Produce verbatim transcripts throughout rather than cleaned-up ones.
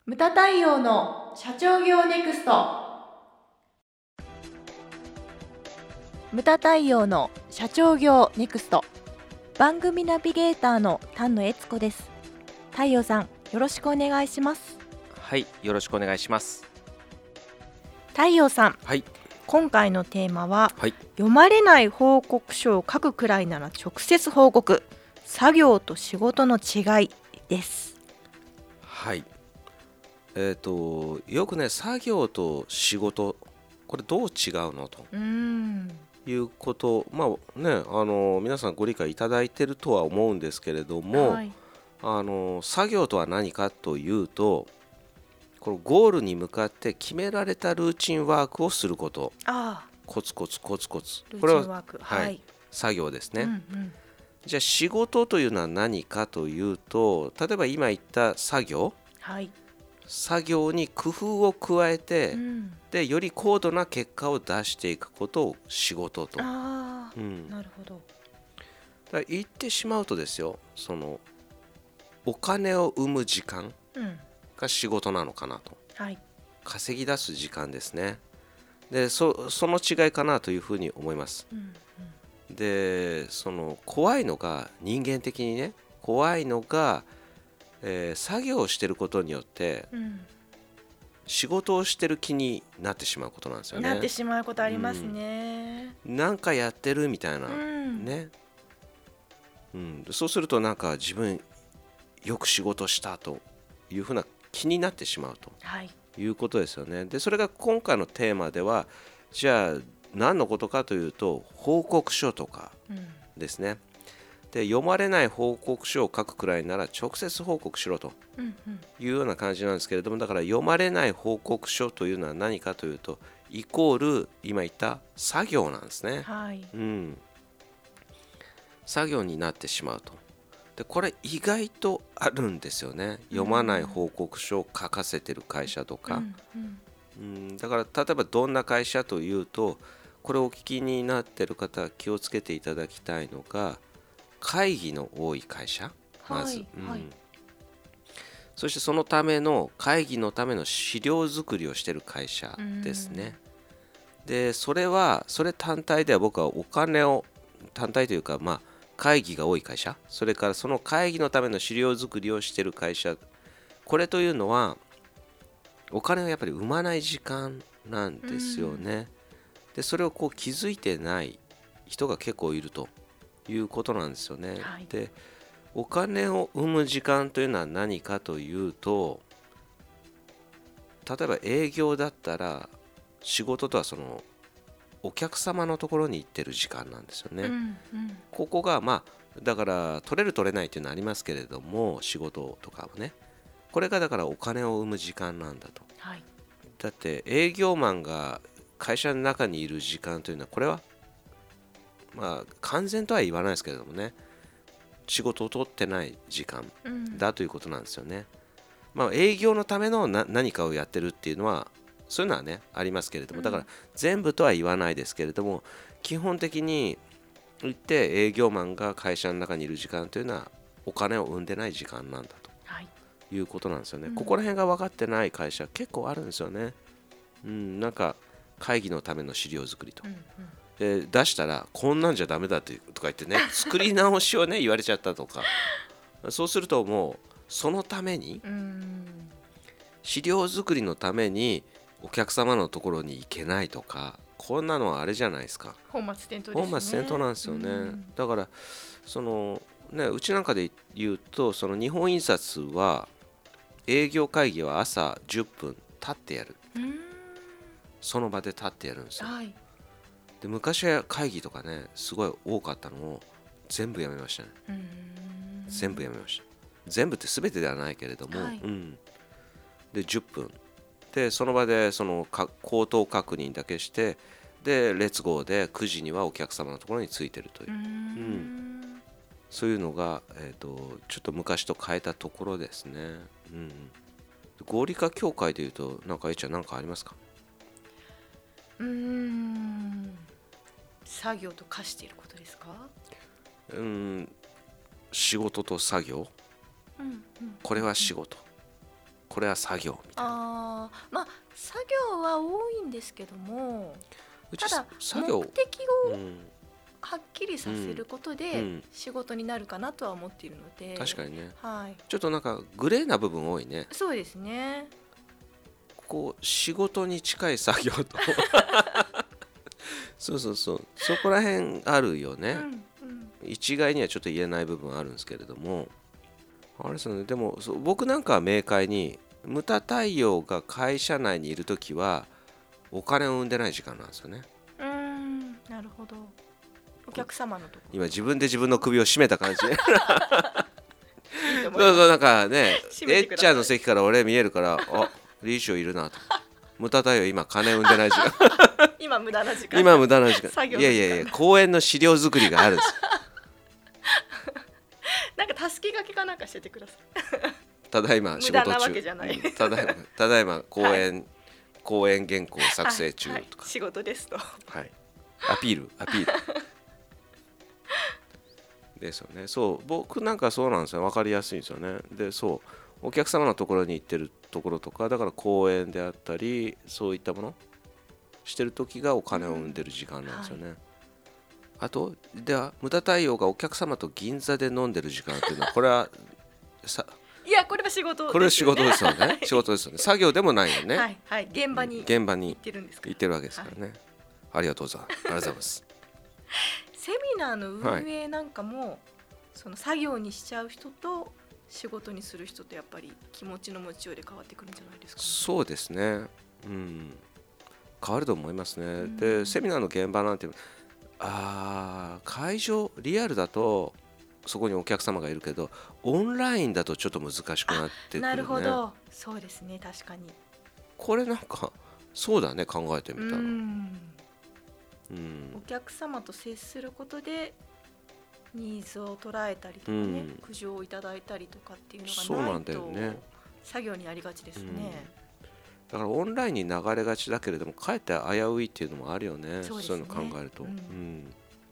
ムタ太陽の社長業ネクスト。ムタ太陽の社長業ネクスト、番組ナビゲーターの丹野悦子です。太陽さん、よろしくお願いします。 はい、よろしくお願いします。 太陽さん、 はい、 今回のテーマは、 はい、 読まれない報告書を書くくらいなら直接報告、作業と仕事の違いです。 はい。えっとよくね、作業と仕事、これどう違うのとうーんいうこと、まあね、あの皆さんご理解いただいているとは思うんですけれども、 はい、 あの作業とは何かというと、このゴールに向かって決められたルーチンワークをすること、 あコツコツコツコツ、 ルこれはーチンワーク、 はい、 はい、 作業ですね。 うんうん、 じゃあ仕事というのは何かというと、例えば今言った作業はい、 作業に工夫を加えて、 うん、 でより高度な結果を出していくことを仕事と、 ああ、 うん、だなるほど。 から言ってしまうとですよ、そのお金を生む時間うん、 が仕事なのかなと、 はい、 稼ぎ出す時間ですね。で そ, その違いかなというふうに思います。 うんでその怖いのが、人間的にね怖いのが、えー作業をしていることによってうん仕事をしてる気になってしまうことなんですようん、 ね。 なってしまうことありますね。 なんかやってるみたいな、 うんね、うん、そうするとなんか自分よく仕事したというふうな気になってしまうとはい、 いうことですよね。でそれが今回のテーマでは、じゃあ何のことかというと、報告書とかうんですね。で読まれない報告書を書くくらいなら直接報告しろとうんうん、 いうような感じなんですけれども、だから読まれない報告書というのは何かというと、イコール今言った作業なんですね。 はい、 うん、作業になってしまうと。でこれ意外とあるんですよね。読まない報告書を書かせてる会社とか、 うんうんうん、だから例えばどんな会社というと、これをお聞きになってる方気をつけていただきたいのが、会議の多い会社、まず、 はいうんはい、 そしてそのための会議のための資料作りをしている会社ですね。でそれはそれ単体では僕はお金を単体というか、まあ会議が多い会社、それからその会議のための資料作りをしている会社、これというのはお金をやっぱり生まない時間なんですよね。でそれをこう気づいてない人が結構いるということなんですよね。 はい、 でお金を生む時間というのは何かというと、例えば営業だったら仕事とはそのお客様のところに行ってる時間なんですよね。 うんうん、 ここがまあだから取れる取れないというのはありますけれども、仕事とかもね、これがだからお金を生む時間なんだと。 はい、 だって営業マンが会社の中にいる時間というのは、これはまあ完全とは言わないですけれどもね、仕事を取ってない時間うんだということなんですよね。まあ営業のためのな何かをやってるっていうのは、そういうのはねありますけれども、だから全部とは言わないですけれども、基本的に言って営業マンが会社の中にいる時間というのはお金を生んでない時間なんだはい、 ということなんですよね。 うんここら辺が分かってない会社結構あるんですよね。うん、なんか会議のための資料作りと、 うんうん、 で出したらこんなんじゃダメだってとか言ってね、作り直しをね言われちゃったとか、そうするともうそのためにうん資料作りのためにお客様のところに行けないとか、こんなのはあれじゃないですか。 本末転倒ですね。 本末転倒なんですよね。 うんだからそのね、うちなんかで言うと、その日本印刷は営業会議は朝じゅっぷん立ってやる、 うんその場で立ってやるんですよ。 はい、 で昔は会議とかねすごい多かったのを全部やめましたね。 うん全部やめました。全部って全てではないけれども、 はいうん、でじゅっぷんでその場でそのか口頭確認だけして、でレッツゴーでくじにはお客様のところについてるという、 うんうんそういうのが、えーと、ちょっと昔と変えたところですね。うん、合理化協会でいうと、なんかえいちゃん何かありますか？ うーん作業と化していることですか？ うん、仕事と作業、 うんうん、 これは仕事、 これは作業みたいな。 あまあ作業は多いんですけども、 うちただ作業目的をうんはっきりさせることでうん仕事になるかなとは思っているので、 確かにね、 はい、 ちょっとなんかグレーな部分多いね。 そうですね。 こう仕事に近い作業とそうそうそう、そこら辺あるよね、 うんうん一概にはちょっと言えない部分あるんですけれども、あれですよね。でもそう僕なんかは明快にムタ太陽が会社内にいるときはお金を生んでない時間なんですよね。 うーんなるほど。お客様のところ今自分で自分の首を絞めた感じいいとそう思いますそう、なんかね締めえてくださいっちゃんの席から俺見えるから、あ理事長いるなと。ムタ太陽今金生んでない時間今無駄な時間今無駄な時間作業の時間いやいやいや、公園の資料作りがあるんですよ。 なんかたすき掛けかなんかしててください。 ただいま仕事無駄なわ中けじゃないうんただいまただいま公演、公演原稿作成中はいはいとか、 仕事ですと。 はい、アピールアピールですよね。そう僕なんかそうなんですよ。分かりやすいんですよね。でそうお客様のところに行ってるところとかだから公演であったりそういったものしてる時がお金を生んでる時間なんですよね、うんはい、あとではムタ太陽がお客様と銀座で飲んでる時間っていうのはこれはさいやこれは仕事ですよね。 これは仕事ですよね仕事ですよね。作業でもないよね。 はいはい現場に現場に行ってるんですか。 行ってるわけですからね、はい、ありがとうございます。ありがとうございますセミナーの運営なんかも、はい、その作業にしちゃう人と仕事にする人とやっぱり気持ちの持ちようで変わってくるんじゃないですか、ね、 そうですね、うん、変わると思いますね、うん、でセミナーの現場なんてあ会場リアルだとそこにお客様がいるけどオンラインだとちょっと難しくなってくるね。 なるほど、そうですね、確かにこれなんかそうだね、考えてみたら、 うんうん、 お客様と接することでニーズを捉えたりとかね、うん、苦情をいただいたりとかっていうのがないと、そうなんだよね、作業になりがちですね、うん、 だからオンラインに流れがちだけれどもかえって危ういっていうのもあるよね。そうですね、そういうの考えると、うんうん、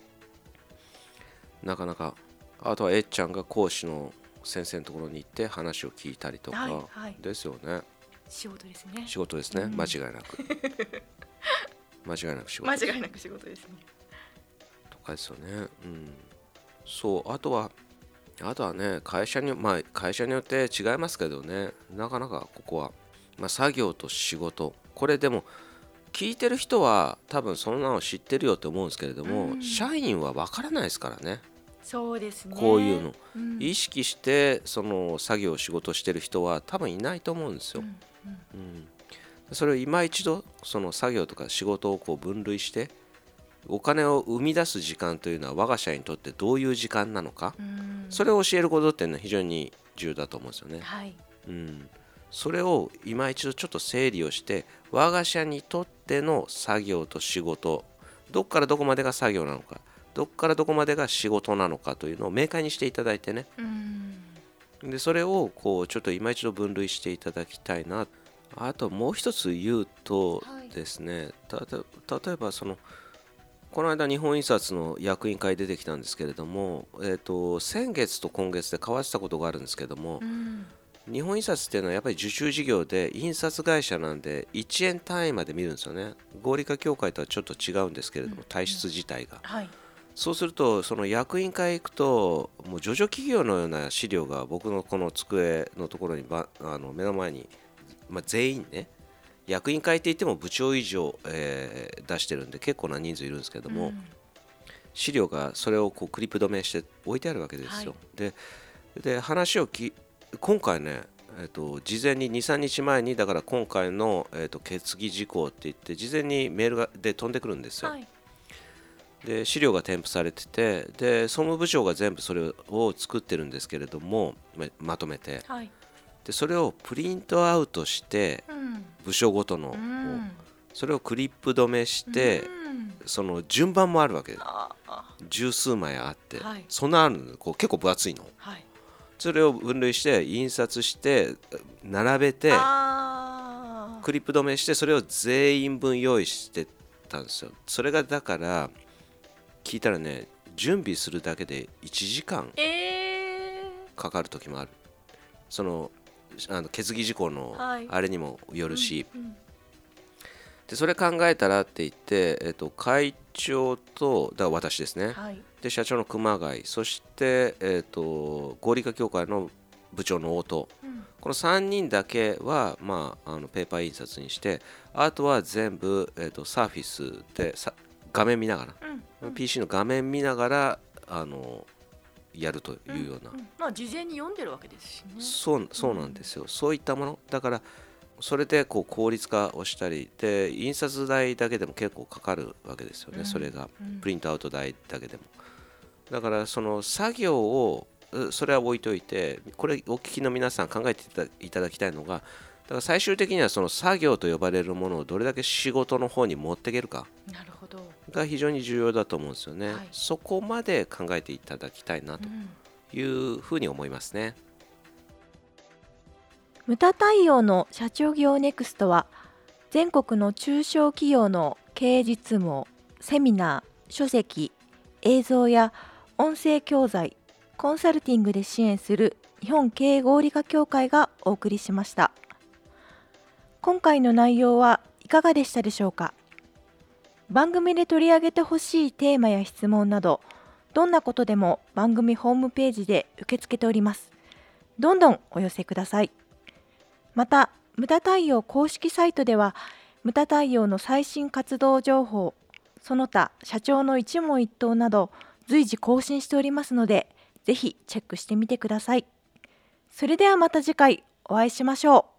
なかなか。あとはえっちゃんが講師の先生のところに行って話を聞いたりとか、はいはい、ですよね。 仕事ですね。 仕事ですね、うん、間違いなく間違いなく仕事間違いなく仕事ですねとかですよね、うん、そうあとはあとはね会社にまあ会社によって違いますけどね、なかなかここは、まあ、作業と仕事、これでも聞いてる人は多分そんなの知ってるよって思うんですけれども、うん、社員は分からないですからね。 そうですね、 こういうの、 うん、 意識してその作業仕事してる人は多分いないと思うんですよ、うんうん、それを今一度その作業とか仕事をこう分類してお金を生み出す時間というのは我が社にとってどういう時間なのか、うん、それを教えることっていうのは非常に重要だと思うんですよね、はい、うん、それを今一度ちょっと整理をして我が社にとっての作業と仕事、どっからどこまでが作業なのか、どっからどこまでが仕事なのかというのを明快にしていただいてね、うんでそれをこうちょっと今一度分類していただきたいな。あともう一つ言うとですね、はい、た例えばそのこの間日本印刷の役員会出てきたんですけれども、えーと、先月と今月で変わってたことがあるんですけども、うん、日本印刷っていうのはやっぱり受注事業で印刷会社なんでいちえん単位まで見るんですよね。合理化協会とはちょっと違うんですけれども、うん、体質自体が、はい、そうするとその役員会行くともう上場企業のような資料が僕のこの机のところにばあの目の前に、まあ、全員ね、役員会って言っても部長以上、えー、出してるんで結構な人数いるんですけども、うん、資料がそれをこうクリップ止めして置いてあるわけですよ、はい、で, で話をき今回ね、えー、と事前に にさんにちまえにだから今回の、えー、と決議事項って言って事前にメールがで飛んでくるんですよ、はい、で資料が添付されてて、で総務部長が全部それを作ってるんですけれども ま, まとめて、はい、でそれをプリントアウトして、うん、部署ごとの、うん、それをクリップ止めして、うん、その順番もあるわけです。十数枚あって、はい、そんなあるのこう結構分厚いの、はい、それを分類して印刷して並べてクリップ止めしてそれを全員分用意してたんですよ。それがだから聞いたらね、準備するだけでいちじかんかかる時もある、えー、そのあの決議事項のはいあれにもよるし、 うんうんでそれ考えたらって言って、えっと、会長とだから私ですね、 はいで社長の熊谷、そして、えっと、合理化協会の部長の大戸、 うんこのさんにんだけは、まあ、あのペーパー印刷にして、あとは全部、えっと、サーフィスでさ画面見ながら、 うんうんピーシー の画面見ながらあのやるというような、 んんまあ事前に読んでるわけですしね。 そうそうなんですよ、そういったものだから、それでこう効率化をしたりで、印刷代だけでも結構かかるわけですよね、 うんそれがうんプリントアウト代だけでも。だからその作業をうそれは置いといて、これお聞きの皆さん考えていただいただきたいのが、だから最終的にはその作業と呼ばれるものをどれだけ仕事の方に持っていけるかなるほど、 が非常に重要だと思うんですよね、 はい、 そこまで考えていただきたいなとうんいうふうに思いますね。 ムタ対応の社長業ネクストは、全国の中小企業の経営実務をセミナー、書籍、映像や音声教材、コンサルティングで支援する日本経営合理化協会がお送りしました。今回の内容はいかがでしたでしょうか。番組で取り上げてほしいテーマや質問など、どんなことでも番組ホームページで受け付けております。どんどんお寄せください。また、ムタ対応公式サイトでは、ムタ対応の最新活動情報、その他社長の一問一答など随時更新しておりますので、ぜひチェックしてみてください。それではまた次回お会いしましょう。